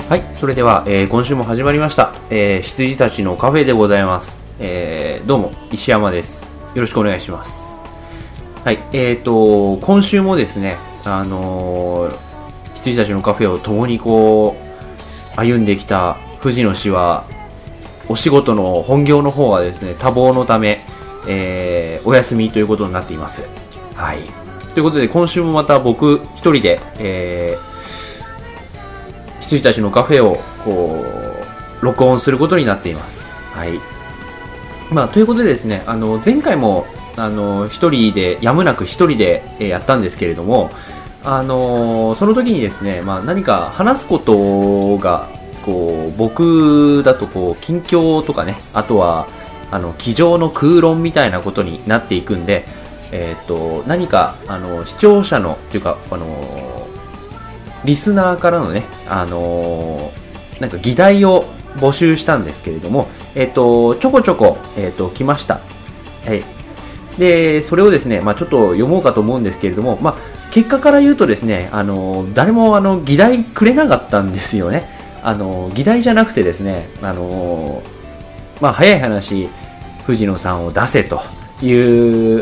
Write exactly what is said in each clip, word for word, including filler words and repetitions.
はい、それでは、えー今週も始まりました、えー羊たちのカフェでございます。えーどうも石山です。よろしくお願いします。はい、えーと今週もですね、あのー羊たちのカフェを共にこう歩んできた藤野氏は、お仕事の本業の方がですね、多忙のため、えーお休みということになっています。はい、ということで今週もまた僕一人で、えー羊たちのカフェをこう録音することになっています。はい。まあということでですね、あの前回もあの一人でやむなく一人でえーやったんですけれども、あのその時にですね、まあ何か話すことがこう僕だとこう近況とかね、あとはあの机上の空論みたいなことになっていくんで、えっと何かあの視聴者のっていうかあのリスナーからのね、あのー、なんか議題を募集したんですけれども、えっ、と、ちょこちょこ、えっ、と、来ました。はい。で、それをですね、まあちょっと読もうかと思うんですけれども、まあ結果から言うとですね、あのー、誰もあの、議題くれなかったんですよね。あのー、議題じゃなくてですね、あのー、まあ早い話、藤野さんを出せという、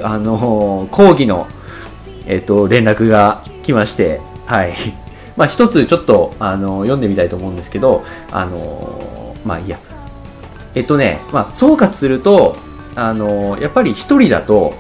あの抗議の、えっ、と、連絡が来まして、はい。まあ一つちょっとあの読んでみたいと思うんですけど、あのまあいいや。えっとね、まあ総括すると、あのやっぱり一人だと、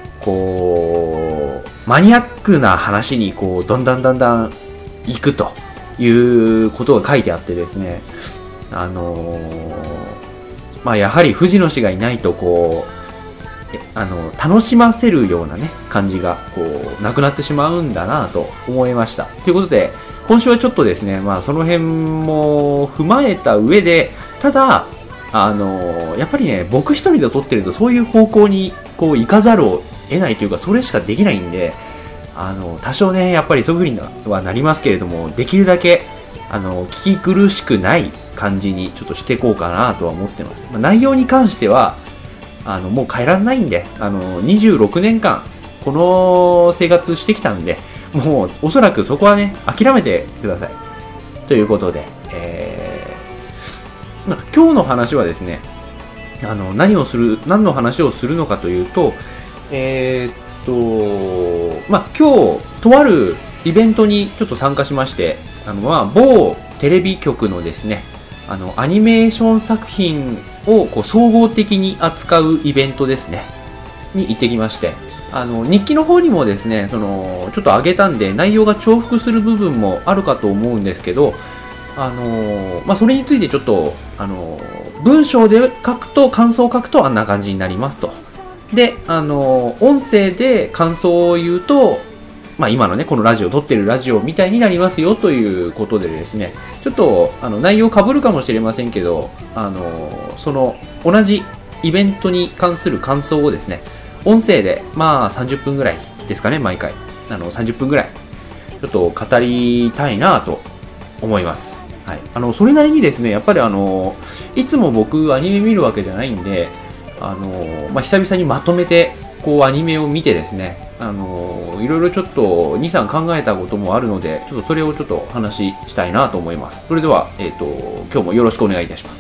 こう、マニアックな話にこう、だんだんだんだん行くということが書いてあってですね、あのまあやはり藤野氏がいないとこう、あの楽しませるようなね感じがこうなくなってしまうんだなと思いました。ということで今週はちょっとですね、まあその辺も踏まえた上で、ただあのやっぱりね僕一人で撮ってるとそういう方向にこう行かざるを得ないというか、それしかできないんで、あの多少ねやっぱりそういう風にはなりますけれども、できるだけあの聞き苦しくない感じにちょっとしていこうかなとは思ってます。まあ、内容に関してはあのもう変えられないんで、あのにじゅうろくねんかんこの生活してきたんで、もうおそらくそこはね諦めてくださいということで、えーまあ、今日の話はですね、あの何をする何の話をするのかというと、えー、っとまあ今日とあるイベントにちょっと参加しまして、あのまあ某テレビ局のですね、あのアニメーション作品をこう総合的に扱うイベントですねに行ってきまして、あの日記の方にもですね、そのちょっと上げたんで内容が重複する部分もあるかと思うんですけど、あのまあ、それについてちょっとあの文章で書くと、感想を書くとあんな感じになりますと。で、あの音声で感想を言うと、まあ、今のねこのラジオ撮ってるラジオみたいになりますよということでですね、ちょっとあの内容被るかもしれませんけど、あのその同じイベントに関する感想をですね、音声でまあさんじゅっぷんぐらいですかね、毎回あのさんじゅっぷんぐらいちょっと語りたいなと思います。はい、あのそれなりにですね、やっぱりあのいつも僕アニメ見るわけじゃないんで、あの、まあ、久々にまとめてこうアニメを見てですね、あのいろいろちょっとに、さん考えたこともあるので、ちょっとそれをちょっと話したいなと思います。それでは、えっと、今日もよろしくお願いいたします。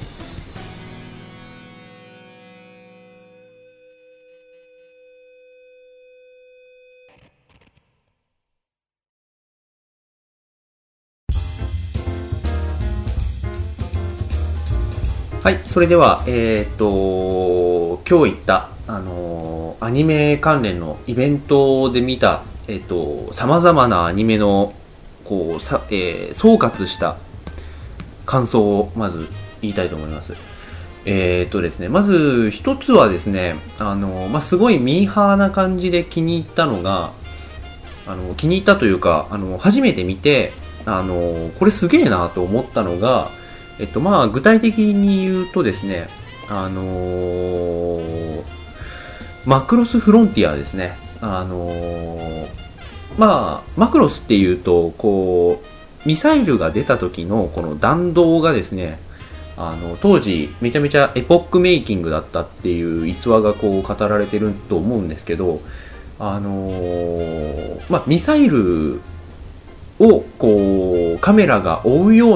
はい、それでは、えっと、今日行った、あのアニメ関連のイベントで見た、えっと、様々なアニメの、こう、さ、えー総括した感想をまず言いたいと思います。えー、っとですね、まず一つはですね、あの、まあ、すごいミーハーな感じで気に入ったのが、あの、気に入ったというか、あの、初めて見て、あの、これすげえなと思ったのが、えっと、まあ、具体的に言うとですね、あのーマクロスフロンティアですね。あのーまあ、マクロスっていうと、こう、ミサイルが出た時のこの弾道がですね、あの、当時めちゃめちゃエポックメイキングだったっていう逸話がこう語られてると思うんですけど、あのーまあ、ミサイルをこうカメラが追うような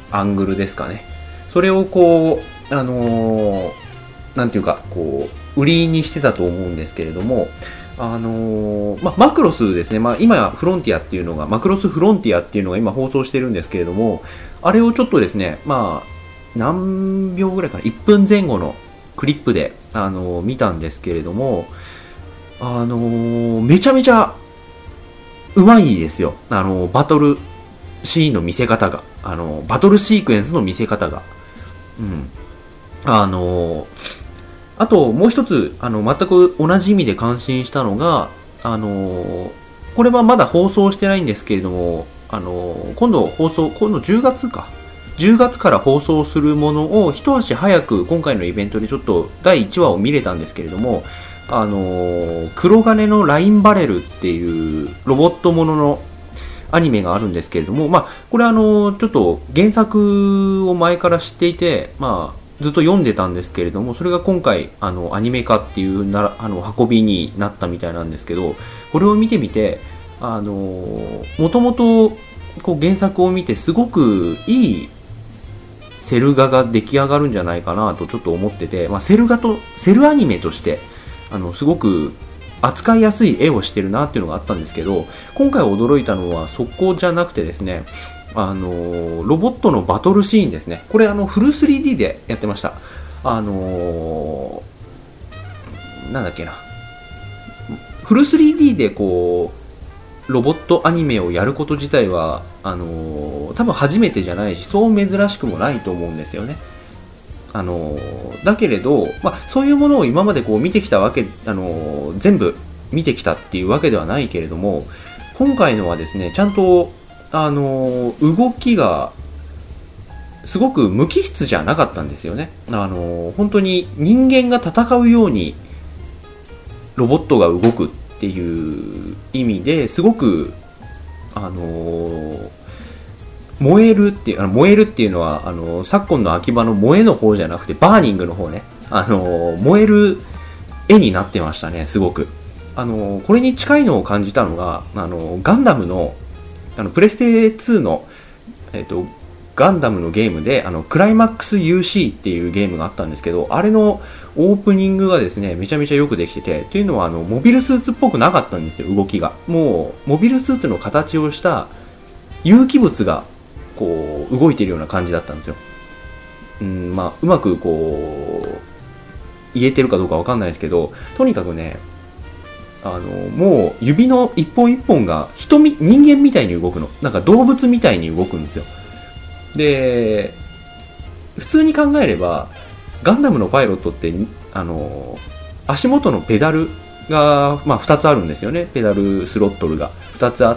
アングルですかね。それをこう、あのー、なんていうか、こう、売りにしてたと思うんですけれども、あのー、まあ、マクロスですね。まあ、今、フロンティアっていうのが、マクロスフロンティアっていうのが今放送してるんですけれども、あれをちょっとですね、まあ、何秒ぐらいかな、いっぷんぜん後のクリップで、あのー、見たんですけれども、あのー、めちゃめちゃ、うまいですよ。あのー、バトルシーンの見せ方が。あのー、バトルシークエンスの見せ方が。うん。あのー、あと、もう一つ、あの、全く同じ意味で感心したのが、あのー、これはまだ放送してないんですけれども、あのー、今度放送、今度じゅうがつか。じゅうがつから放送するものを一足早く今回のイベントでちょっとだいいちわを見れたんですけれども、あのー、黒金のラインバレルっていうロボットもののアニメがあるんですけれども、まあ、これあのー、ちょっと原作を前から知っていて、まあ、ずっと読んでたんですけれども、それが今回、あの、アニメ化っていうな、あの、運びになったみたいなんですけど、これを見てみて、あの、もともと、こう、原作を見て、すごくいいセル画が出来上がるんじゃないかなとちょっと思ってて、まあ、セル画と、セルアニメとして、あの、すごく扱いやすい絵をしてるなっていうのがあったんですけど、今回驚いたのは、そこじゃなくてですね、あのロボットのバトルシーンですね。これあのフル スリーディー でやってました。あのー、なんだっけな。フル スリーディー でこうロボットアニメをやること自体はあのー、多分初めてじゃないし、そう珍しくもないと思うんですよね。あのー、だけれど、まあ、そういうものを今までこう見てきたわけ、あのー、全部見てきたっていうわけではないけれども、今回のはですね、ちゃんとあの動きがすごく無機質じゃなかったんですよね。あの本当に人間が戦うようにロボットが動くっていう意味ですごくあの燃えるっていうあの燃えるっていうのはあの昨今の秋葉の燃えの方じゃなくてバーニングの方ね。あの燃える絵になってましたね。すごくあのこれに近いのを感じたのがあのガンダムのあのプレステツーの、えーと、ガンダムのゲームであのクライマックス ユーシー っていうゲームがあったんですけど、あれのオープニングがですねめちゃめちゃよくできてて、というのはあのモビルスーツっぽくなかったんですよ。動きがもうモビルスーツの形をした有機物がこう動いているような感じだったんですよ。うんまあうまくこう言えてるかどうかわかんないですけど、とにかくねあのもう指の一本一本が人み人間みたいに動くの。なんか動物みたいに動くんですよ。で普通に考えればガンダムのパイロットってあの足元のペダルが、まあ、ふたつあるんですよね。ペダルスロットルがふたつあって、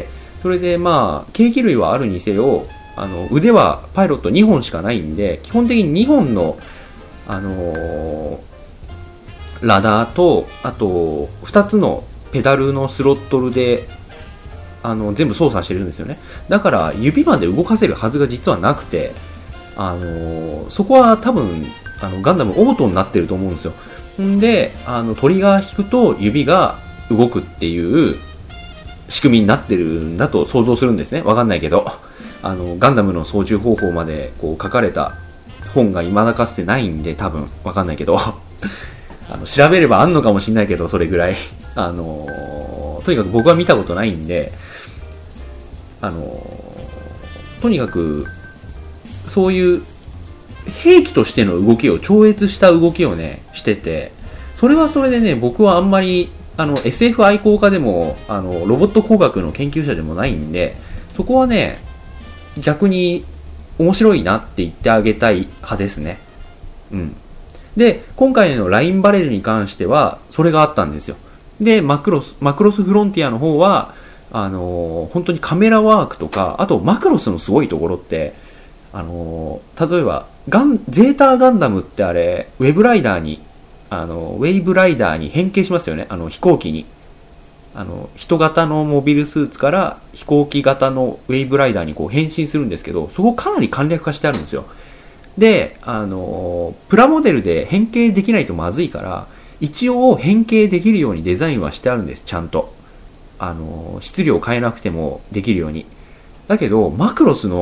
それでまあ計器類はあるにせよあの腕はパイロットにほんしかないんで、基本的ににほんのあのーラダーとあとふたつのペダルのスロットルであの全部操作してるんですよね。だから指まで動かせるはずが実はなくて、あのそこは多分あのガンダムオートになってると思うんですよ。んであのトリガー引くと指が動くっていう仕組みになってるんだと想像するんですね。わかんないけどあのガンダムの操縦方法までこう書かれた本が未だかつてないんで、多分わかんないけどあの調べればあんのかもしれないけど、それぐらいあのー、とにかく僕は見たことないんで、あのー、とにかくそういう兵器としての動きを超越した動きをねしてて、それはそれでね僕はあんまりあの エスエフ 愛好家でもあのロボット工学の研究者でもないんで、そこはね逆に面白いなって言ってあげたい派ですね。うんで、今回のラインバレルに関しては、それがあったんですよ。で、マクロス、マクロスフロンティアの方は、あのー、本当にカメラワークとか、あとマクロスのすごいところって、あのー、例えば、ガン、ゼータガンダムってあれ、ウェブライダーに、あの、ウェイブライダーに変形しますよね。あの、飛行機に。あの、人型のモビルスーツから飛行機型のウェイブライダーにこう変身するんですけど、そこかなり簡略化してあるんですよ。で、あの、プラモデルで変形できないとまずいから、一応変形できるようにデザインはしてあるんです、ちゃんと。あの、質量を変えなくてもできるように。だけど、マクロスの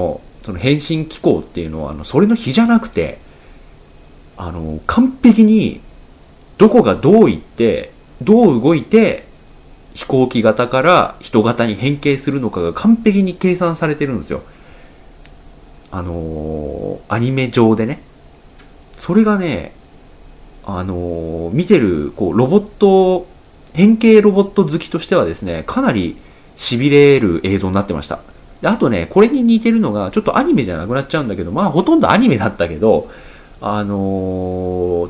その変身機構っていうのは、あの、それの比じゃなくて、あの、完璧に、どこがどういって、どう動いて、飛行機型から人型に変形するのかが完璧に計算されてるんですよ。あのー、アニメ上でね。それがね、あのー、見てる、こう、ロボット、変形ロボット好きとしてはですね、かなり痺れる映像になってました。で、あとね、これに似てるのが、ちょっとアニメじゃなくなっちゃうんだけど、まあ、ほとんどアニメだったけど、あのー、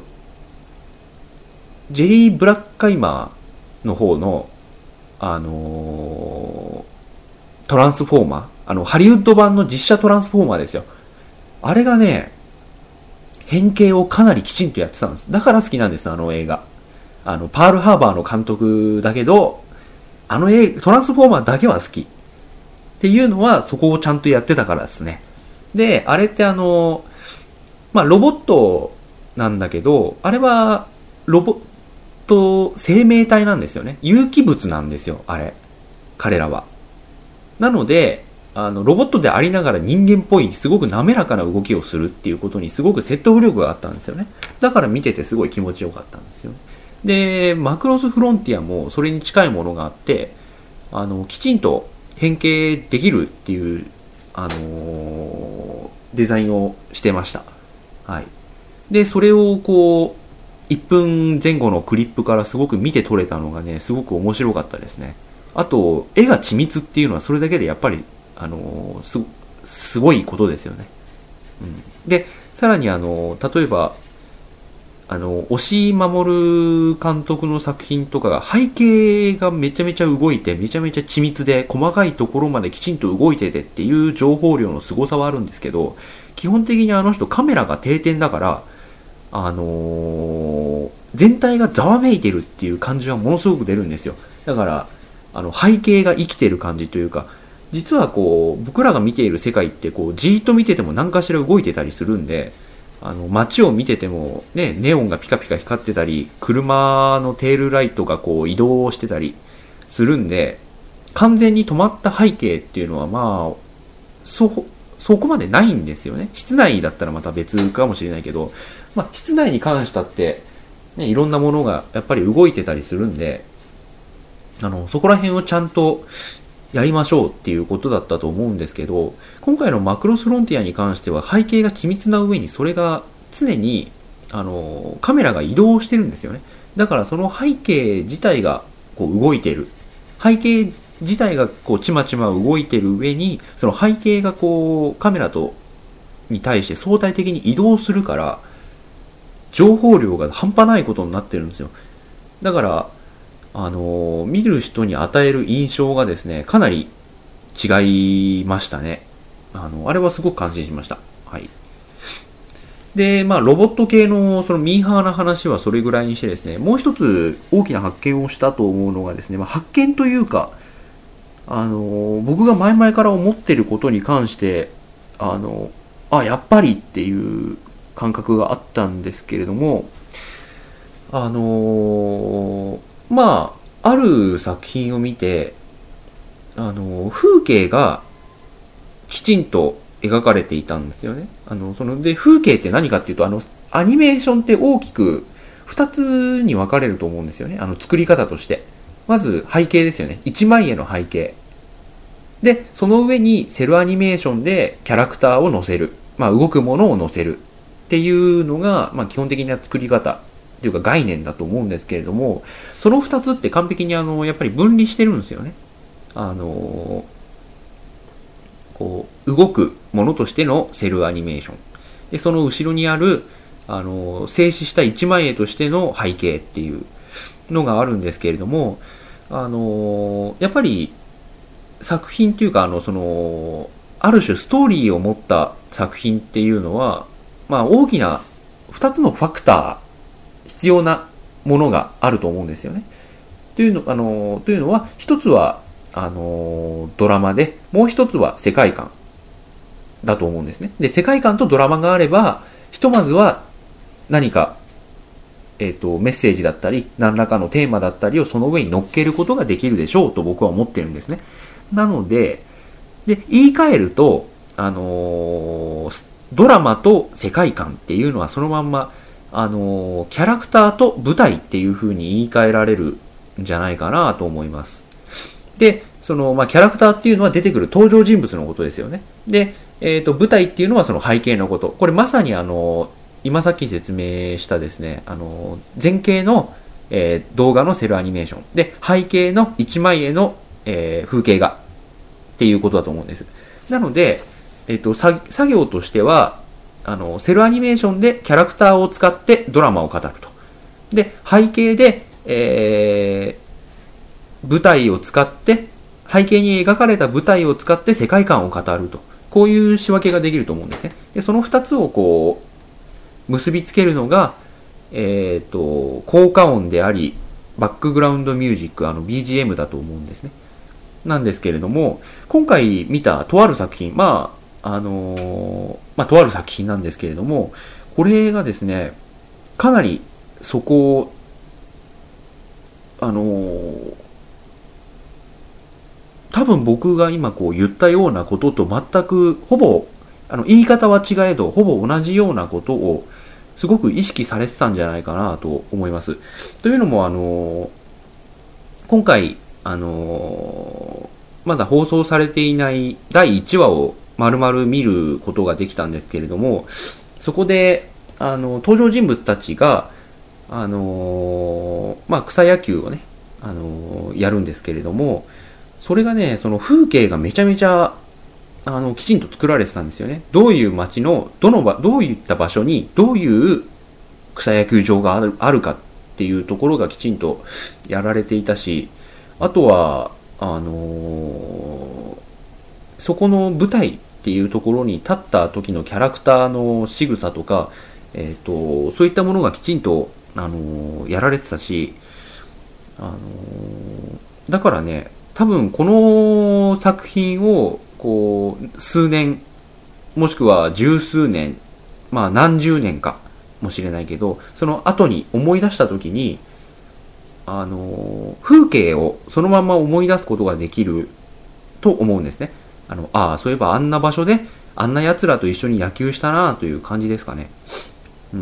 ジェリー・ブラッカイマーの方の、あのー、トランスフォーマー、あの、ハリウッド版の実写トランスフォーマーですよ。あれがね、変形をかなりきちんとやってたんです。だから好きなんです、あの映画。あの、パールハーバーの監督だけど、あの映画、トランスフォーマーだけは好き。っていうのは、そこをちゃんとやってたからですね。で、あれってあの、まあ、ロボットなんだけど、あれは、ロボット生命体なんですよね。有機物なんですよ、あれ。彼らは。なので、あの、ロボットでありながら人間っぽい、すごく滑らかな動きをするっていうことにすごく説得力があったんですよね。だから見ててすごい気持ちよかったんですよ。で、マクロスフロンティアもそれに近いものがあって、あの、きちんと変形できるっていう、あのー、デザインをしてました。はい。で、それをこう、いっぷんぜん後のクリップからすごく見て取れたのがね、すごく面白かったですね。あと、絵が緻密っていうのはそれだけでやっぱり、あのー、す、すごいことですよね。うん。で、さらにあのー、例えば、あの、押井守監督の作品とかが背景がめちゃめちゃ動いて、めちゃめちゃ緻密で、細かいところまできちんと動いててっていう情報量の凄さはあるんですけど、基本的にあの人カメラが定点だから、あのー、全体がざわめいてるっていう感じはものすごく出るんですよ。だから、あの、背景が生きてる感じというか、実はこう、僕らが見ている世界ってこう、じーっと見てても何かしら動いてたりするんで、あの、街を見てても、ね、ネオンがピカピカ光ってたり、車のテールライトがこう移動してたりするんで、完全に止まった背景っていうのはまあ、そ、そこまでないんですよね。室内だったらまた別かもしれないけど、まあ、室内に関したって、ね、いろんなものがやっぱり動いてたりするんで、あの、そこら辺をちゃんとやりましょうっていうことだったと思うんですけど、今回のマクロスフロンティアに関しては背景が緻密な上にそれが常にあのカメラが移動してるんですよね。だからその背景自体がこう動いてる。背景自体がこうちまちま動いてる上に、その背景がこうカメラとに対して相対的に移動するから、情報量が半端ないことになってるんですよ。だから、あのー、見る人に与える印象がですね、かなり違いましたね。あの、あれはすごく感心しました。はい。で、まあ、ロボット系のそのミーハーな話はそれぐらいにしてですね、もう一つ大きな発見をしたと思うのがですね、まあ、発見というか、あのー、僕が前々から思ってることに関して、あのー、あ、やっぱりっていう感覚があったんですけれども、あのー、まあ、ある作品を見て、あの、風景がきちんと描かれていたんですよね。あの、その、で、風景って何かっていうと、あの、アニメーションって大きく二つに分かれると思うんですよね。あの、作り方として。まず、背景ですよね。一枚絵の背景。で、その上にセルアニメーションでキャラクターを乗せる。まあ、動くものを乗せる。っていうのが、まあ、基本的な作り方。というか概念だと思うんですけれども、その二つって完璧にあのやっぱり分離してるんですよね。あのこう動くものとしてのセルアニメーションで、その後ろにあるあの静止した一枚絵としての背景っていうのがあるんですけれども、あのやっぱり作品というかあのそのある種ストーリーを持った作品っていうのは、まあ大きな二つのファクター必要なものがあると思うんですよね。というの、あの、というのは、一つは、あの、ドラマで、もう一つは世界観だと思うんですね。で、世界観とドラマがあれば、ひとまずは何か、えっと、メッセージだったり、何らかのテーマだったりをその上に乗っけることができるでしょうと僕は思ってるんですね。なので、で、言い換えると、 あのー、ドラマと世界観っていうのはそのまんま、あのー、キャラクターと舞台っていう風に言い換えられるんじゃないかなと思います。で、その、まあ、キャラクターっていうのは出てくる登場人物のことですよね。で、えっと、舞台っていうのはその背景のこと。これまさにあの、今さっき説明したですね、あの、前景の、えー、動画のセルアニメーション。で、背景の一枚絵の、えー、風景画っていうことだと思うんです。なので、えっと、作業としては、あの、セルアニメーションでキャラクターを使ってドラマを語ると。で、背景で、えー、舞台を使って、背景に描かれた舞台を使って世界観を語ると。こういう仕分けができると思うんですね。で、その二つをこう、結びつけるのが、えっと、効果音であり、バックグラウンドミュージック、あの ビージーエム だと思うんですね。なんですけれども、今回見たとある作品、まあ、あのー、まあ、とある作品なんですけれども、これがですね、かなりそこを、あのー、多分僕が今こう言ったようなことと全く、ほぼ、あの、言い方は違えど、ほぼ同じようなことを、すごく意識されてたんじゃないかなと思います。というのも、あの、今回、あの、まだ放送されていないだいいちわを丸々見ることができたんですけれども、そこで、あの、登場人物たちが、あの、まあ、草野球をね、あの、やるんですけれども、それがね、その風景がめちゃめちゃ、あの、きちんと作られてたんですよね。どういう街の、どの場、どういった場所に、どういう草野球場がある、あるかっていうところがきちんとやられていたし、あとは、あのー、そこの舞台っていうところに立った時のキャラクターの仕草とか、えっと、そういったものがきちんと、あのー、やられてたし、あのー、だからね、多分この作品をこう数年もしくは十数年、まあ何十年かもしれないけど、その後に思い出した時に、あの風景をそのまま思い出すことができると思うんですね。あのああそういえばあんな場所であんな奴らと一緒に野球したなという感じですかね。うん。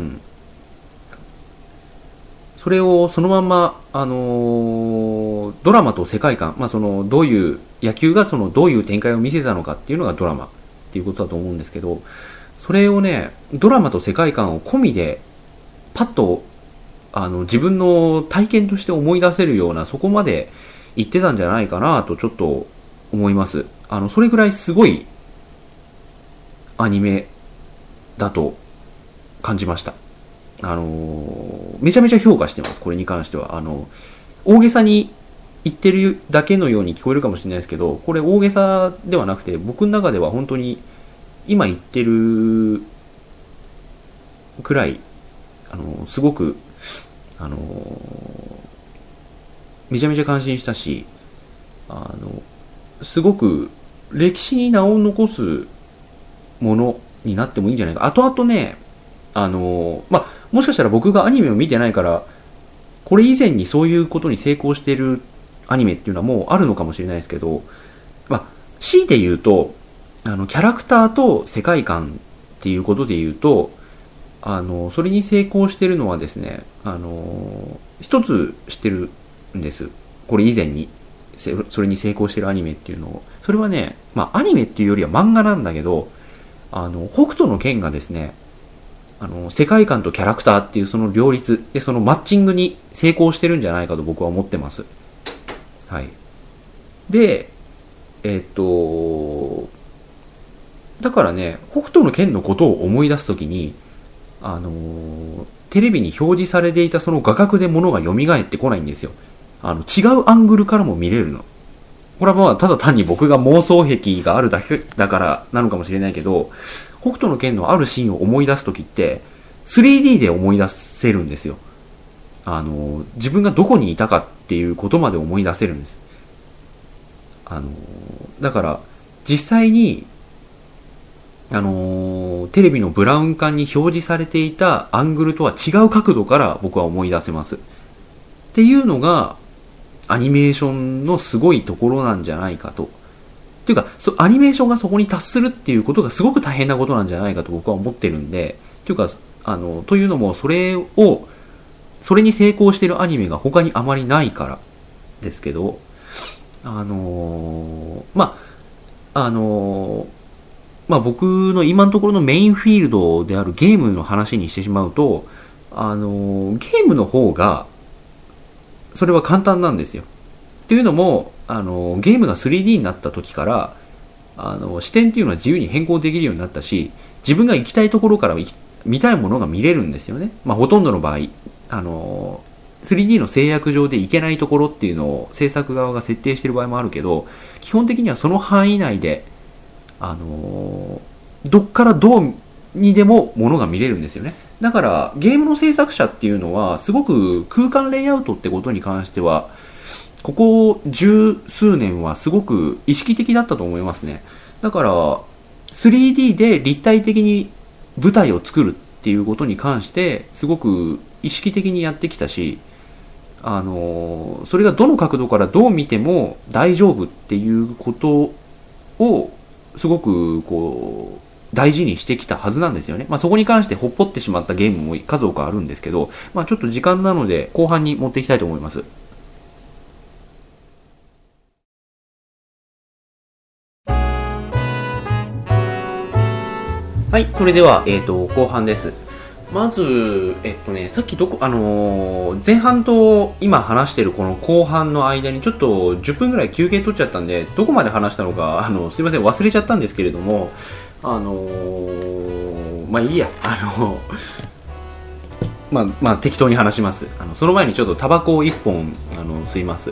それをそのまんま、あのー、ドラマと世界観、まあ、その、どういう、野球がその、どういう展開を見せたのかっていうのがドラマっていうことだと思うんですけど、それをね、ドラマと世界観を込みで、パッと、あの、自分の体験として思い出せるような、そこまで言ってたんじゃないかなとちょっと思います。あの、それぐらいすごいアニメだと感じました。あのー、めちゃめちゃ評価してます、これに関しては。あの、大げさに言ってるだけのように聞こえるかもしれないですけど、これ大げさではなくて、僕の中では本当に今言ってるくらい、あのー、すごく、あのー、めちゃめちゃ感心したし、あの、すごく歴史に名を残すものになってもいいんじゃないか。後々ね、あのー、まあ、もしかしたら僕がアニメを見てないから、これ以前にそういうことに成功しているアニメっていうのはもうあるのかもしれないですけど、まあ、強いて言うと、あの、キャラクターと世界観っていうことで言うと、あの、それに成功しているのはですね、あの、一つ知ってるんです。これ以前に、それに成功しているアニメっていうのを。それはね、まあ、アニメっていうよりは漫画なんだけど、あの、北斗の拳がですね、あの、世界観とキャラクターっていうその両立で、そのマッチングに成功してるんじゃないかと僕は思ってます。はい。で、えっと、だからね、北斗の拳のことを思い出すときに、あの、テレビに表示されていたその画角で物が蘇ってこないんですよ。あの、違うアングルからも見れるの。これはまあ、ただ単に僕が妄想癖があるだけだからなのかもしれないけど、北斗の拳のあるシーンを思い出すときって、スリーディー で思い出せるんですよ。あの、自分がどこにいたかっていうことまで思い出せるんです。あの、だから、実際に、あの、テレビのブラウン管に表示されていたアングルとは違う角度から僕は思い出せます。っていうのが、アニメーションのすごいところなんじゃないかとっていうか、そアニメーションがそこに達するっていうことがすごく大変なことなんじゃないかと僕は思ってるんで、というか、あの、というのも、それを、それに成功してるアニメが他にあまりないからですけど、あのー、まあ、あのー、まあ僕の今のところのメインフィールドであるゲームの話にしてしまうと、あのー、ゲームの方が、それは簡単なんですよ。っていうのも、あのー、ゲームが スリーディー になった時から、あのー、視点っていうのは自由に変更できるようになったし、自分が行きたいところから見たいものが見れるんですよね。まあほとんどの場合、あのー、スリーディー の制約上で行けないところっていうのを制作側が設定している場合もあるけど、基本的にはその範囲内で、あのー、どっからどうにでもものが見れるんですよね。だからゲームの制作者っていうのはすごく空間レイアウトってことに関してはここ十数年はすごく意識的だったと思いますね。だから スリーディー で立体的に舞台を作るっていうことに関してすごく意識的にやってきたし、あのー、それがどの角度からどう見ても大丈夫っていうことをすごくこう大事にしてきたはずなんですよね。まあそこに関してほっぽってしまったゲームも数多くあるんですけど、まあちょっと時間なので後半に持っていきたいと思います。はい、それでは、えっと、後半です。まず、えっとね、さっきどこ、あのー、前半と今話してるこの後半の間にちょっとじゅっぷんぐらい休憩取っちゃったんで、どこまで話したのか、あの、すいません、忘れちゃったんですけれども、あのー、まあいいや、あの、まあ、まあ適当に話します。あの、その前にちょっとタバコをいっぽん、あの、吸います。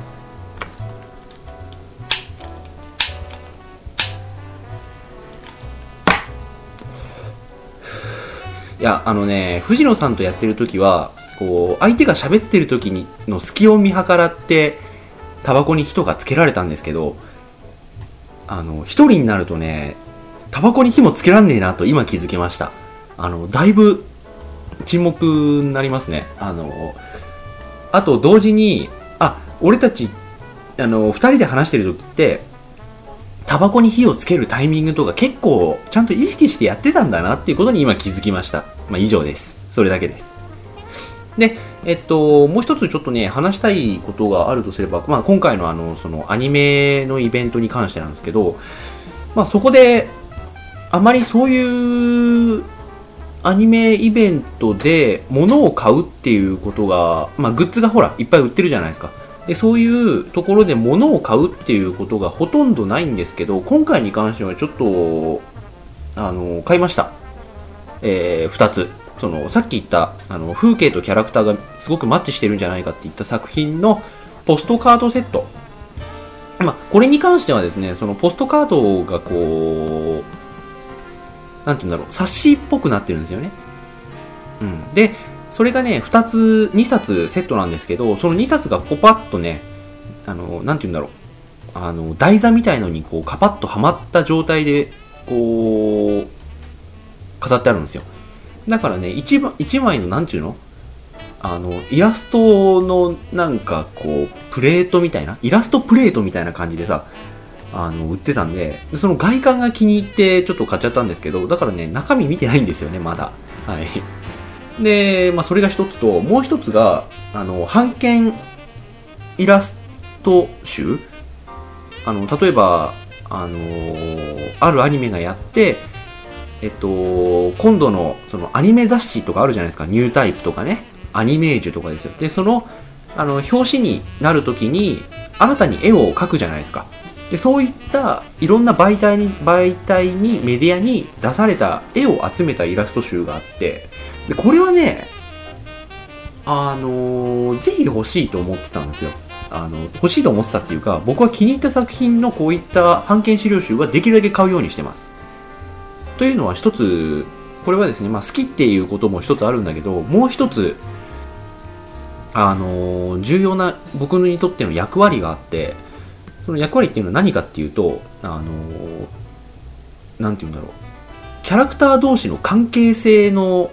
いや、あのね、藤野さんとやってる時は、こう、相手が喋ってる時にの隙を見計らって、タバコに火とかつけられたんですけど、あの、一人になるとね、タバコに火もつけらんねえなと今気づきました。あの、だいぶ沈黙になりますね。あの、あと同時に、あ、俺たち、あの、二人で話してる時って、タバコに火をつけるタイミングとか結構ちゃんと意識してやってたんだなっていうことに今気づきました。まあ以上です。それだけです。で、えっと、もう一つちょっとね、話したいことがあるとすれば、まあ今回のあの、そのアニメのイベントに関してなんですけど、まあそこで、あまりそういうアニメイベントで物を買うっていうことが、まあグッズがほら、いっぱい売ってるじゃないですか。でそういうところで物を買うっていうことがほとんどないんですけど、今回に関してはちょっとあの買いました。えー、ふたつ。そのさっき言ったあの風景とキャラクターがすごくマッチしてるんじゃないかって言った作品のポストカードセット。まあこれに関してはですね、そのポストカードがこうなんて言うんだろう、冊子っぽくなってるんですよね。うん。でそれがね、ふたつ、にさつセットなんですけど、そのにさつがポパッとね、あの、なんて言うんだろう、あの、台座みたいのにこう、カパッとはまった状態で、こう、飾ってあるんですよ。だからね、一枚、一枚の、なんていうのあの、イラストの、なんかこう、プレートみたいな、イラストプレートみたいな感じでさ、あの、売ってたんで、その外観が気に入ってちょっと買っちゃったんですけど、だからね、中身見てないんですよね、まだ。はい。で、まあ、それが一つと、もう一つが、あの、版権イラスト集あの、例えば、あのー、あるアニメがやって、えっと、今度の、その、アニメ雑誌とかあるじゃないですか。ニュータイプとかね。アニメージュとかですよ。で、その、あの、表紙になるときに、新たに絵を描くじゃないですか。で、そういった、いろんな媒体に、媒体に、メディアに出された絵を集めたイラスト集があって、でこれはね、あのー、ぜひ欲しいと思ってたんですよ。あの、欲しいと思ってたっていうか、僕は気に入った作品のこういった版権資料集はできるだけ買うようにしてます。というのは一つ、これはですね、まあ好きっていうことも一つあるんだけど、もう一つ、あのー、重要な僕にとっての役割があって、その役割っていうのは何かっていうと、あのー、なんていうんだろう。キャラクター同士の関係性の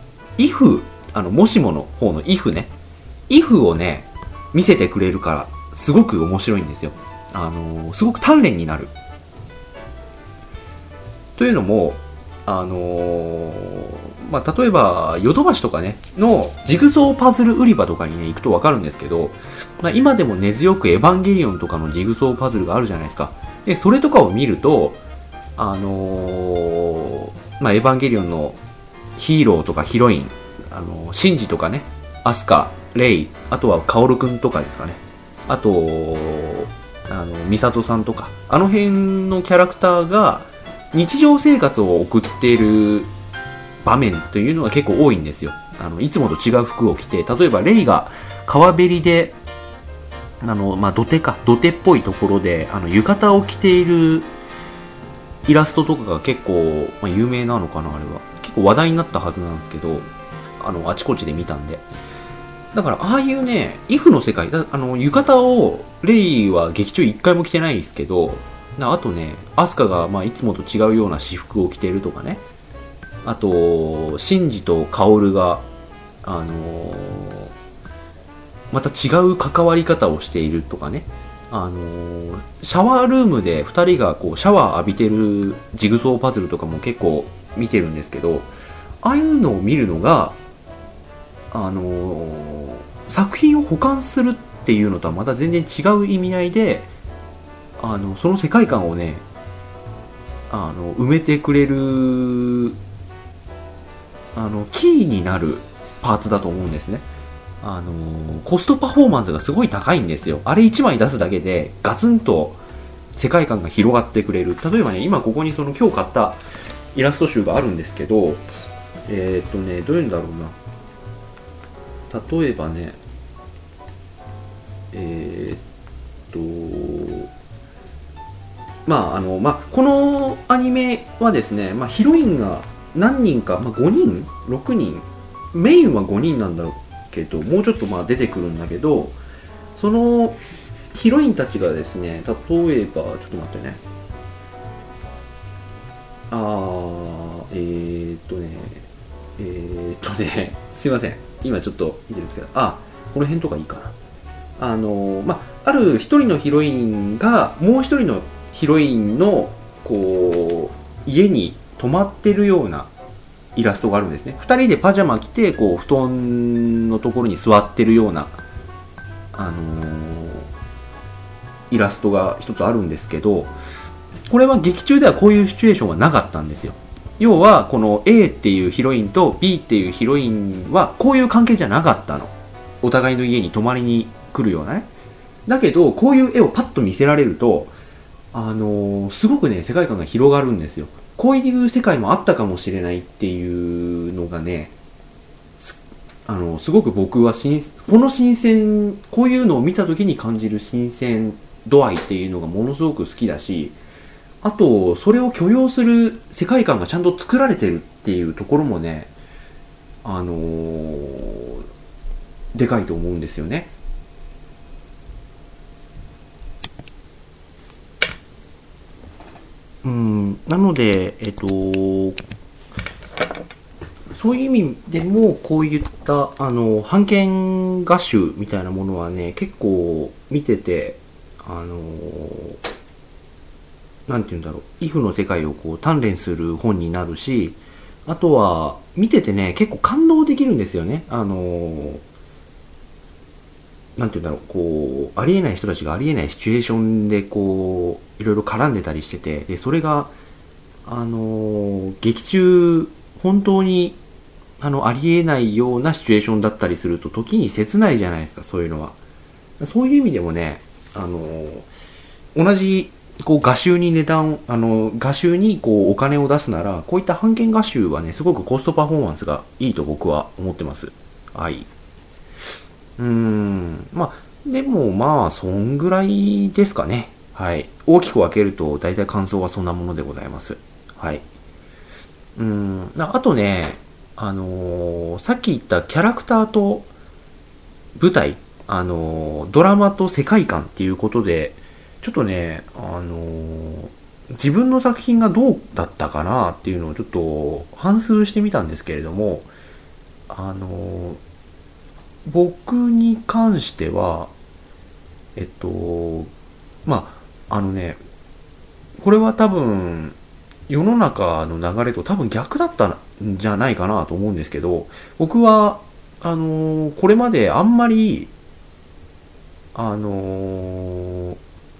if、あの、もしもの方の if ね。if をね、見せてくれるから、すごく面白いんですよ。あのー、すごく鍛錬になる。 というのも、あのー、まあ、例えば、ヨドバシとかね、のジグソーパズル売り場とかにね、行くとわかるんですけど、まあ、今でも根強くエヴァンゲリオンとかのジグソーパズルがあるじゃないですか。で、それとかを見ると、あのー、まあ、エヴァンゲリオンのヒーローとかヒロイン、あのー、シンジとかね、アスカ、レイ、あとはカオルくんとかですかね。あと、あの、ミサトさんとか、あの辺のキャラクターが日常生活を送っている場面というのが結構多いんですよ。あの、いつもと違う服を着て、例えばレイが川べりで、あの、まあ、土手か、土手っぽいところで、あの、浴衣を着ているイラストとかが結構、まあ、有名なのかな、あれは。結構話題になったはずなんですけど、あの、あちこちで見たんで。だから、ああいうね、イフの世界、あの、浴衣を、レイは劇中一回も着てないですけど、あとね、アスカが、まあ、いつもと違うような私服を着てるとかね。あと、シンジとカオルが、あのー、また違う関わり方をしているとかね。あのー、シャワールームでふたりがこうシャワー浴びてるジグソーパズルとかも結構見てるんですけど、ああいうのを見るのが、あのー、作品を補完するっていうのとはまた全然違う意味合いで、あのその世界観をね、あの埋めてくれるあのキーになるパーツだと思うんですね。あのー、コストパフォーマンスがすごい高いんですよ。あれいちまい出すだけでガツンと世界観が広がってくれる。例えばね、今ここにその今日買ったイラスト集があるんですけど、えー、っとね、どういうんだろうな。例えばね、えー、っと、まああの、まあ、このアニメはですね、まあ、ヒロインが何人か、まあ、ごにん ?ろく 人メインはごにんなんだろうけど、もうちょっとまあ出てくるんだけど、そのヒロインたちがですね、例えば、ちょっと待ってね。あー、えーっとね、えーっとね、すいません。今ちょっと見てるんですけど、あ、この辺とかいいかな。あの、まあ、ある一人のヒロインが、もう一人のヒロインの、こう、家に泊まってるようなイラストがあるんですね。二人でパジャマ着て、こう、布団のところに座ってるような、あのー、イラストが一つあるんですけど、これは劇中ではこういうシチュエーションはなかったんですよ。要は、この A っていうヒロインと B っていうヒロインは、こういう関係じゃなかったの。お互いの家に泊まりに来るようなね。だけど、こういう絵をパッと見せられると、あのー、すごくね、世界観が広がるんですよ。こういう世界もあったかもしれないっていうのがね、す、あの、すごく僕は新、この新鮮、こういうのを見た時に感じる新鮮度合いっていうのがものすごく好きだし、あと、それを許容する世界観がちゃんと作られてるっていうところもね、あのー、でかいと思うんですよね。うん、なので、えっと、そういう意味でも、こういった、あの、版権画集みたいなものはね、結構見てて、あの、なんて言うんだろう、イフの世界をこう鍛錬する本になるし、あとは、見ててね、結構感動できるんですよね。あの、なんて言うんだろう、こう、ありえない人たちがありえないシチュエーションで、こう、いろいろ絡んでたりしてて、で、それが、あの、劇中、本当に、あの、ありえないようなシチュエーションだったりすると、時に切ないじゃないですか、そういうのは。そういう意味でもね、あの、同じ、こう、画集に値段、あの、画集に、こう、お金を出すなら、こういった版権画集はね、すごくコストパフォーマンスがいいと僕は思ってます。はい。うーん、まあ、でもまあ、そんぐらいですかね。はい。大きく分けると、大体感想はそんなものでございます。はい。うーん、あとね、あのーさっき言ったキャラクターと舞台、あのードラマと世界観っていうことで、ちょっとね、あのー自分の作品がどうだったかなっていうのをちょっと反芻してみたんですけれども、あのー僕に関しては、えっと、まあ、あのね、これは多分、 世の中の流れと多分逆だったんじゃないかなと思うんですけど、僕は、あのーこれまであんまり、あのー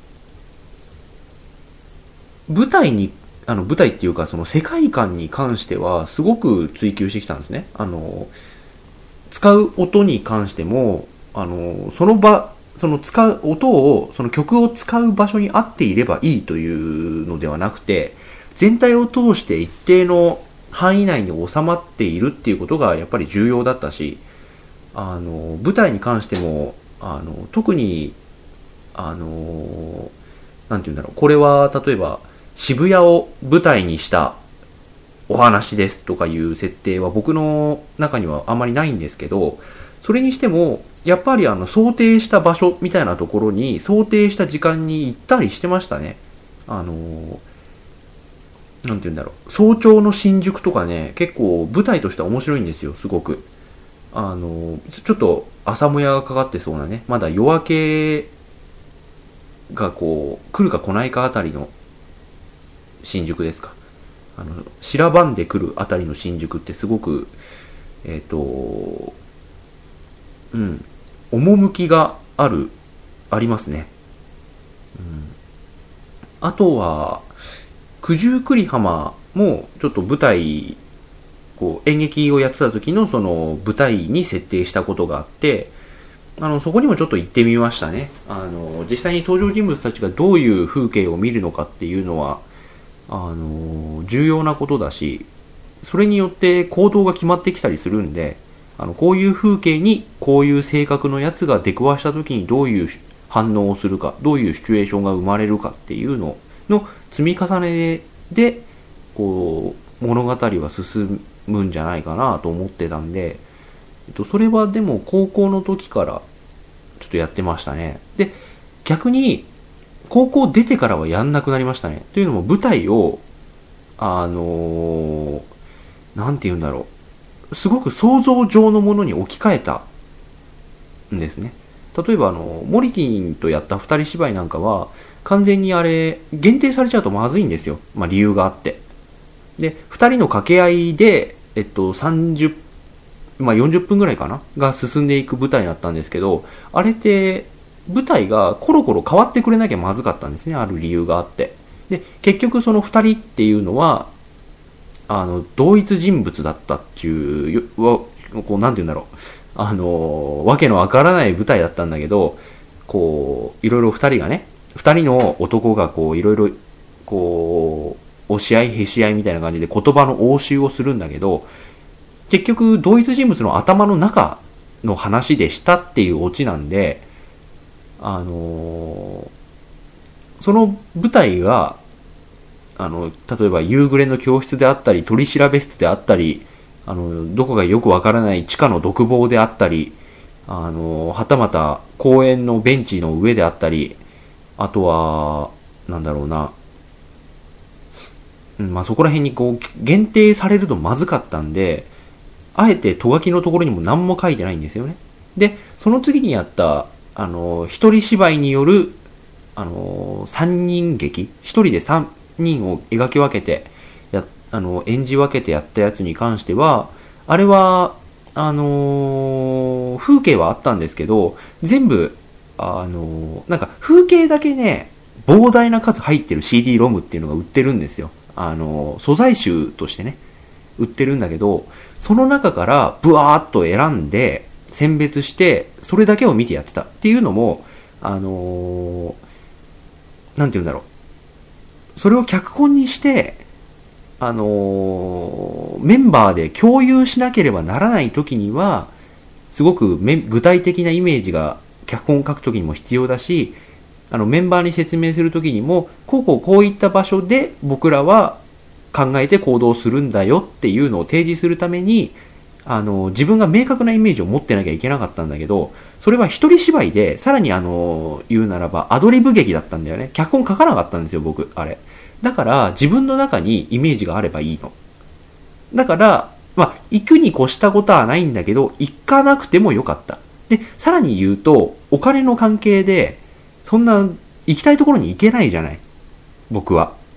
舞台に、あの、舞台っていうか、その世界観に関しては、すごく追求してきたんですね。あのー使う音に関しても、あのーその場、その使う音を、その曲を使う場所に合っていればいいというのではなくて、全体を通して一定の範囲内に収まっているっていうことがやっぱり重要だったし、あの、舞台に関しても、あの、特に、あの、なんて言うんだろう、これは例えば渋谷を舞台にしたお話ですとかいう設定は僕の中にはあまりないんですけど、それにしても、やっぱりあの、想定した場所みたいなところに、想定した時間に行ったりしてましたね。あの、なんて言うんだろう。早朝の新宿とかね、結構舞台としては面白いんですよ、すごく。あの、ちょっと朝もやがかかってそうなね、まだ夜明けがこう、来るか来ないかあたりの新宿ですか。あの、白番で来るあたりの新宿ってすごく、えっと、うん、趣がある、ありますね。うん、あとは、九十九里浜もちょっと舞台、こう演劇をやってた時のその舞台に設定したことがあって、あの、そこにもちょっと行ってみましたね。あの、実際に登場人物たちがどういう風景を見るのかっていうのは、あの、重要なことだし、それによって行動が決まってきたりするんで、あの、こういう風景にこういう性格のやつが出くわした時にどういう反応をするか、どういうシチュエーションが生まれるかっていうのの積み重ねで、こう、物語は進むんじゃないかなと思ってたんで、えっと、それはでも高校の時からちょっとやってましたね。で、逆に、高校出てからはやんなくなりましたね。というのも舞台を、あのー、なんて言うんだろう。すごく想像上のものに置き換えたんですね。例えばあの、モリキンとやった二人芝居なんかは、完全にあれ、限定されちゃうとまずいんですよ。まあ理由があって。で、二人の掛け合いで、えっと、さんじゅう、まあよんじゅっぷんぐらいかなが進んでいく舞台だったんですけど、あれって、舞台がコロコロ変わってくれなきゃまずかったんですね。ある理由があって。で、結局その二人っていうのは、あの、同一人物だったっていう、こう、なんて言うんだろう。あの、わけのわからない舞台だったんだけど、こう、いろいろ二人がね、二人の男がこう、いろいろ、こう、押し合いへし合いみたいな感じで言葉の応酬をするんだけど、結局、同一人物の頭の中の話でしたっていうオチなんで、あのーその舞台が、あの、例えば夕暮れの教室であったり、取り調べ室であったり、あの、どこかよくわからない地下の独房であったり、あの、はたまた公園のベンチの上であったり、あとは、なんだろうな、うん、まあそこら辺にこう、限定されるとまずかったんで、あえてト書きのところにも何も書いてないんですよね。で、その次にやった、あの、一人芝居による、あの、三人劇、一人で三人を描き分けて、や、あの、演じ分けてやったやつに関しては、あれは、あのー風景はあったんですけど、全部、あのーなんか風景だけね、膨大な数入ってる シーディー ロムっていうのが売ってるんですよ。あのー素材集としてね、売ってるんだけど、その中からブワーっと選んで、選別して、それだけを見てやってたっていうのも、あのーなんて言うんだろう。それを脚本にして、あのーメンバーで共有しなければならない時には、すごく具体的なイメージが脚本を書く時にも必要だし、あのメンバーに説明する時にも、こうこうこういった場所で僕らは考えて行動するんだよっていうのを提示するために、あの、自分が明確なイメージを持ってなきゃいけなかったんだけど、それは一人芝居で、さらにあの、言うならばアドリブ劇だったんだよね。脚本書かなかったんですよ、僕、あれ。だから、自分の中にイメージがあればいいの。だから、まあ、行くに越したことはないんだけど、行かなくてもよかった。で、さらに言うと、お金の関係で、そんな、行きたいところに行けないじゃない。僕は。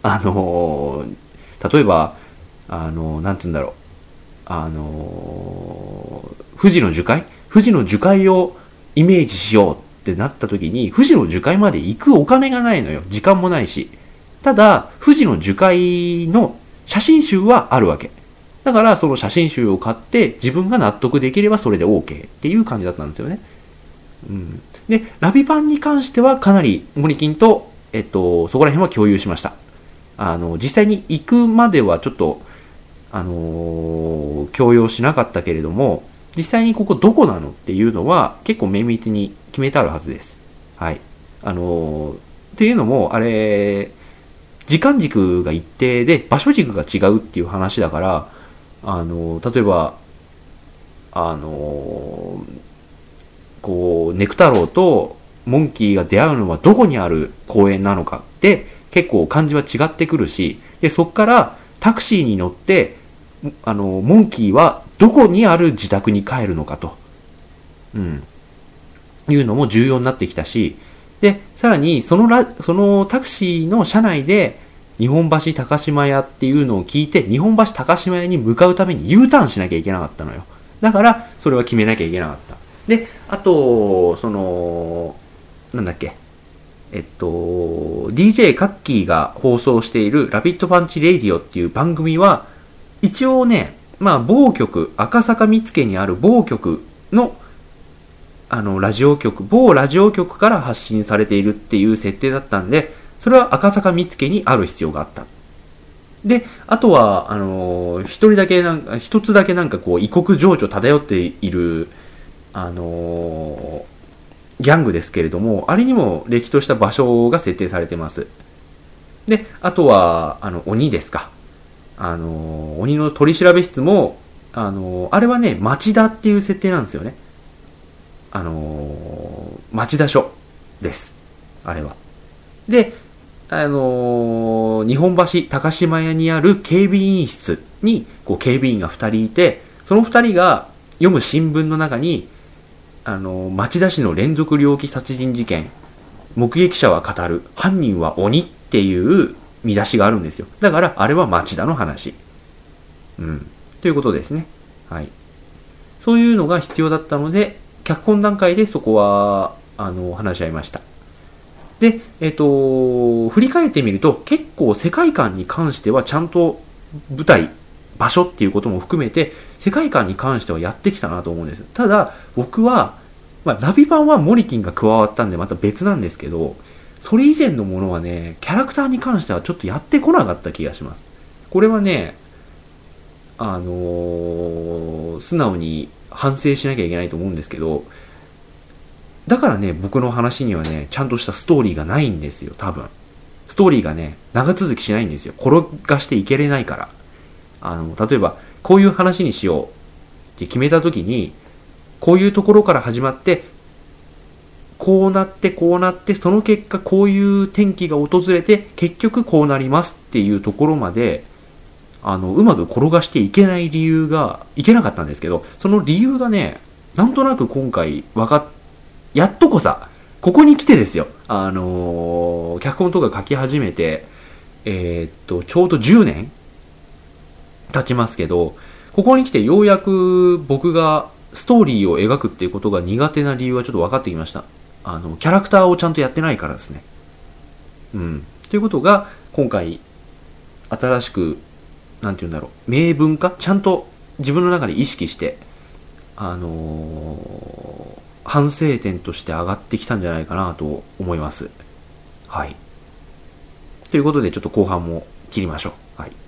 あのー、例えば、あのー、なんつうんだろう。あのー、富士の樹海富士の樹海をイメージしようってなった時に、富士の樹海まで行くお金がないのよ。時間もないし。ただ、富士の樹海の写真集はあるわけ。だから、その写真集を買って、自分が納得できればそれで OK っていう感じだったんですよね。うん。で、ラビパンに関してはかなり、モリキンと、えっと、そこら辺は共有しました。あの、実際に行くまではちょっと、あのー、強要しなかったけれども、実際にここどこなのっていうのは結構綿密に決めてあるはずです。はい。あのー、っていうのも、あれ、時間軸が一定で場所軸が違うっていう話だから、あのー、例えば、あのー、こう、ネクタロウとモンキーが出会うのはどこにある公園なのかって結構感じは違ってくるし、で、そっからタクシーに乗って、あの、モンキーはどこにある自宅に帰るのかと、うん、いうのも重要になってきたし、で、さらに、そのラ、そのタクシーの車内で、日本橋高島屋っていうのを聞いて、日本橋高島屋に向かうために U ターンしなきゃいけなかったのよ。だから、それは決めなきゃいけなかった。で、あと、その、なんだっけ、えっと、ディージェー カッキーが放送しているラビットパンチレイディオっていう番組は、一応ね、まあ、某局、赤坂見附にある某局の、あの、ラジオ局、某ラジオ局から発信されているっていう設定だったんで、それは赤坂見附にある必要があった。で、あとは、あの、一人だけなんか、一つだけなんかこう、異国情緒漂っている、あの、ギャングですけれども、あれにもれっきとした場所が設定されてます。で、あとは、あの、鬼ですか。あの、鬼の取調室も、あの、あれはね、町田っていう設定なんですよね。あの、町田署です。あれは。で、あの、日本橋高島屋にある警備員室に、こう、警備員がふたりいて、そのふたりが読む新聞の中に、あの、町田市の連続猟奇殺人事件、目撃者は語る、犯人は鬼っていう見出しがあるんですよ。だから、あれは町田の話。うん。ということですね。はい。そういうのが必要だったので、脚本段階でそこは、あの、話し合いました。で、えっと、振り返ってみると、結構世界観に関してはちゃんと舞台、場所っていうことも含めて、世界観に関してはやってきたなと思うんです。ただ、僕は、まあ、ラビ版はモリキンが加わったんでまた別なんですけど、それ以前のものはね、キャラクターに関してはちょっとやってこなかった気がします。これはね、あのー、素直に反省しなきゃいけないと思うんですけど、だからね、僕の話にはね、ちゃんとしたストーリーがないんですよ、多分。ストーリーがね、長続きしないんですよ。転がしていけれないから。あの、例えば、こういう話にしようって決めたときに、こういうところから始まって、こうなってこうなって、その結果こういう転機が訪れて、結局こうなりますっていうところまで、あの、うまく転がしていけない理由が、いけなかったんですけど、その理由がね、なんとなく今回分かっ、やっとこさ、ここに来てですよ。あのー、脚本とか書き始めて、えー、っと、ちょうどじゅうねん経ちますけど、ここに来てようやく僕がストーリーを描くっていうことが苦手な理由はちょっと分かってきました。あの、キャラクターをちゃんとやってないからですね。うん。ということが、今回、新しく、なんて言うんだろう、明文化ちゃんと自分の中で意識して、あのー、反省点として上がってきたんじゃないかなと思います。はい。ということで、ちょっと後半も切りましょう。はい。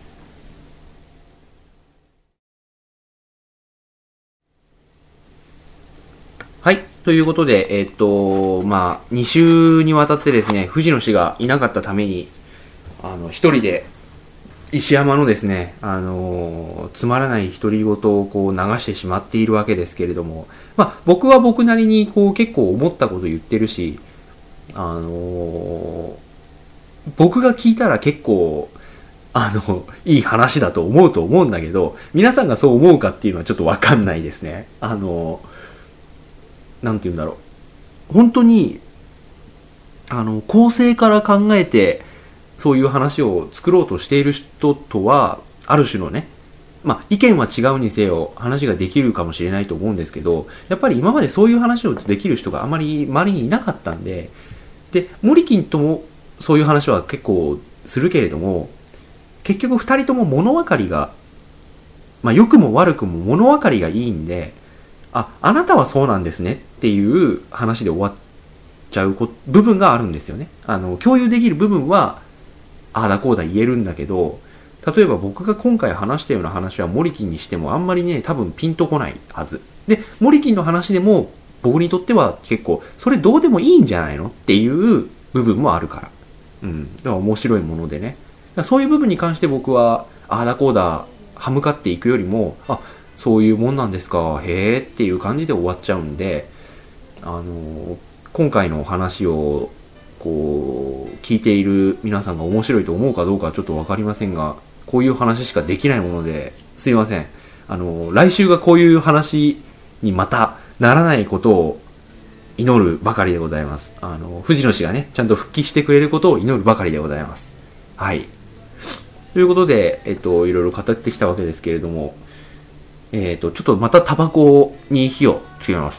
はい。ということで、えっと、まあ、に週にわたってですね、藤野氏がいなかったために、あの、一人で、石山のですね、あのー、つまらない独り言をこう流してしまっているわけですけれども、まあ、僕は僕なりにこう結構思ったこと言ってるし、あのー、僕が聞いたら結構、あの、いい話だと思うと思うんだけど、皆さんがそう思うかっていうのはちょっとわかんないですね。あのー、なんて言うんだろう。本当に、あの、構成から考えて、 そういう話を作ろうとしている人とは、ある種のね、まあ、意見は違うにせよ、話ができるかもしれないと思うんですけど、やっぱり今までそういう話をできる人があまり周りにいなかったんで、で、モリキンともそういう話は結構するけれども、結局二人とも物分かりが、まあ、良くも悪くも物分かりがいいんで、あ、あなたはそうなんですねっていう話で終わっちゃう部分があるんですよね。あの、共有できる部分は、ああだこうだ言えるんだけど、例えば僕が今回話したような話はモリキンにしてもあんまりね、多分ピンとこないはず。で、モリキンの話でも僕にとっては結構、それどうでもいいんじゃないのっていう部分もあるから。うん。だから面白いものでね。だからそういう部分に関して僕は、ああだこうだ、歯向かっていくよりも、あ、そういうもんなんですか、へえっていう感じで終わっちゃうんで、あのー、今回の話を、こう、聞いている皆さんが面白いと思うかどうかはちょっとわかりませんが、こういう話しかできないもので、すいません。あの、来週がこういう話にまたならないことを祈るばかりでございます。あの、藤野氏がね、ちゃんと復帰してくれることを祈るばかりでございます。はい。ということで、えっと、いろいろ語ってきたわけですけれども、えっと、ちょっとまたタバコに火をつけます。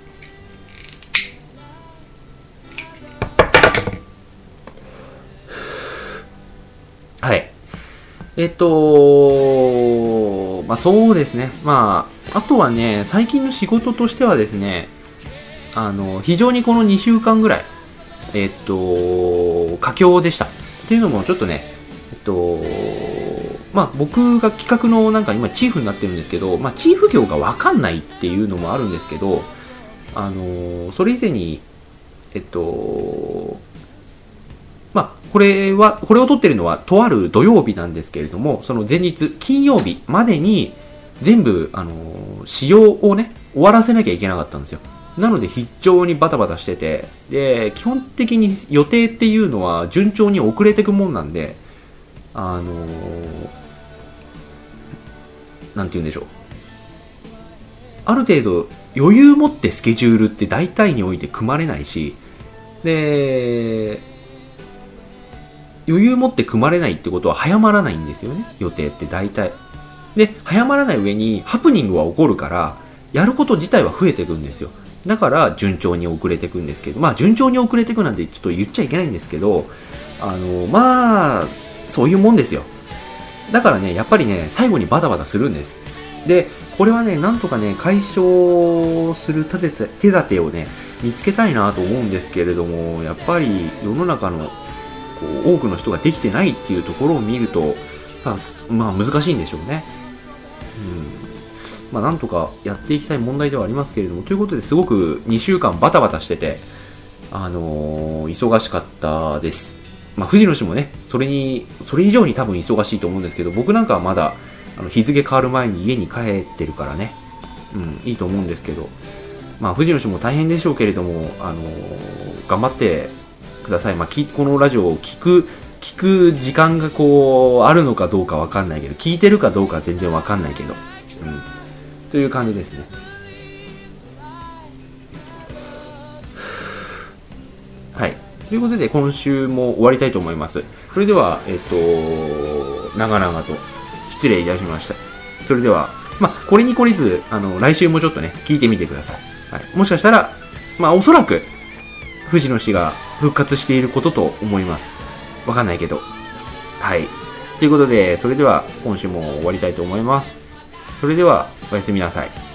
はい。えっと、まあそうですね。まあ、あとはね、最近の仕事としてはですね、あの、非常にこのにしゅうかんぐらい、えっと、佳境でした。っていうのもちょっとね、えっと、まあ僕が企画のなんか今チーフになってるんですけど、まあチーフ業がわかんないっていうのもあるんですけど、あの、それ以前に、えっと、まあ、これは、これを撮ってるのは、とある土曜日なんですけれども、その前日、金曜日までに、全部、あのー、仕様をね、終わらせなきゃいけなかったんですよ。なので、非常にバタバタしてて、で、基本的に予定っていうのは、順調に遅れていくもんなんで、あのー、なんて言うんでしょう。ある程度、余裕持ってスケジュールって大体において組まれないし、で、余裕持って組まれないってことは早まらないんですよね、予定って大体。で、早まらない上にハプニングは起こるから、やること自体は増えていくんですよ。だから順調に遅れていくんですけど、まあ順調に遅れていくなんてちょっと言っちゃいけないんですけど、あの、まあ、そういうもんですよ。だからね、やっぱりね、最後にバタバタするんです。で、これはね、なんとかね、解消する手立て、手立てをね、見つけたいなと思うんですけれども、やっぱり世の中の多くの人ができてないっていうところを見ると、まあ、まあ、難しいんでしょうね。うん。まあ、なんとかやっていきたい問題ではありますけれども、ということですごくにしゅうかんバタバタしてて、あのー、忙しかったです。まあ、藤野氏もね、それに、それ以上に多分忙しいと思うんですけど、僕なんかはまだ、あの日付変わる前に家に帰ってるからね、うん、いいと思うんですけど、まあ、藤野氏も大変でしょうけれども、あのー、頑張って、ください。まあ、このラジオを聞く、聞く時間がこう、あるのかどうかわかんないけど、聞いてるかどうかは全然わかんないけど、うん。という感じですね。はい。ということで、今週も終わりたいと思います。それでは、えっと、長々と失礼いたしました。それでは、まあ、これに懲りず、あの、来週もちょっとね、聞いてみてください。はい。もしかしたら、まあ、おそらく、藤野氏が復活していることと思います。わかんないけど。はい。ということで、それでは今週も終わりたいと思います。それでは、おやすみなさい。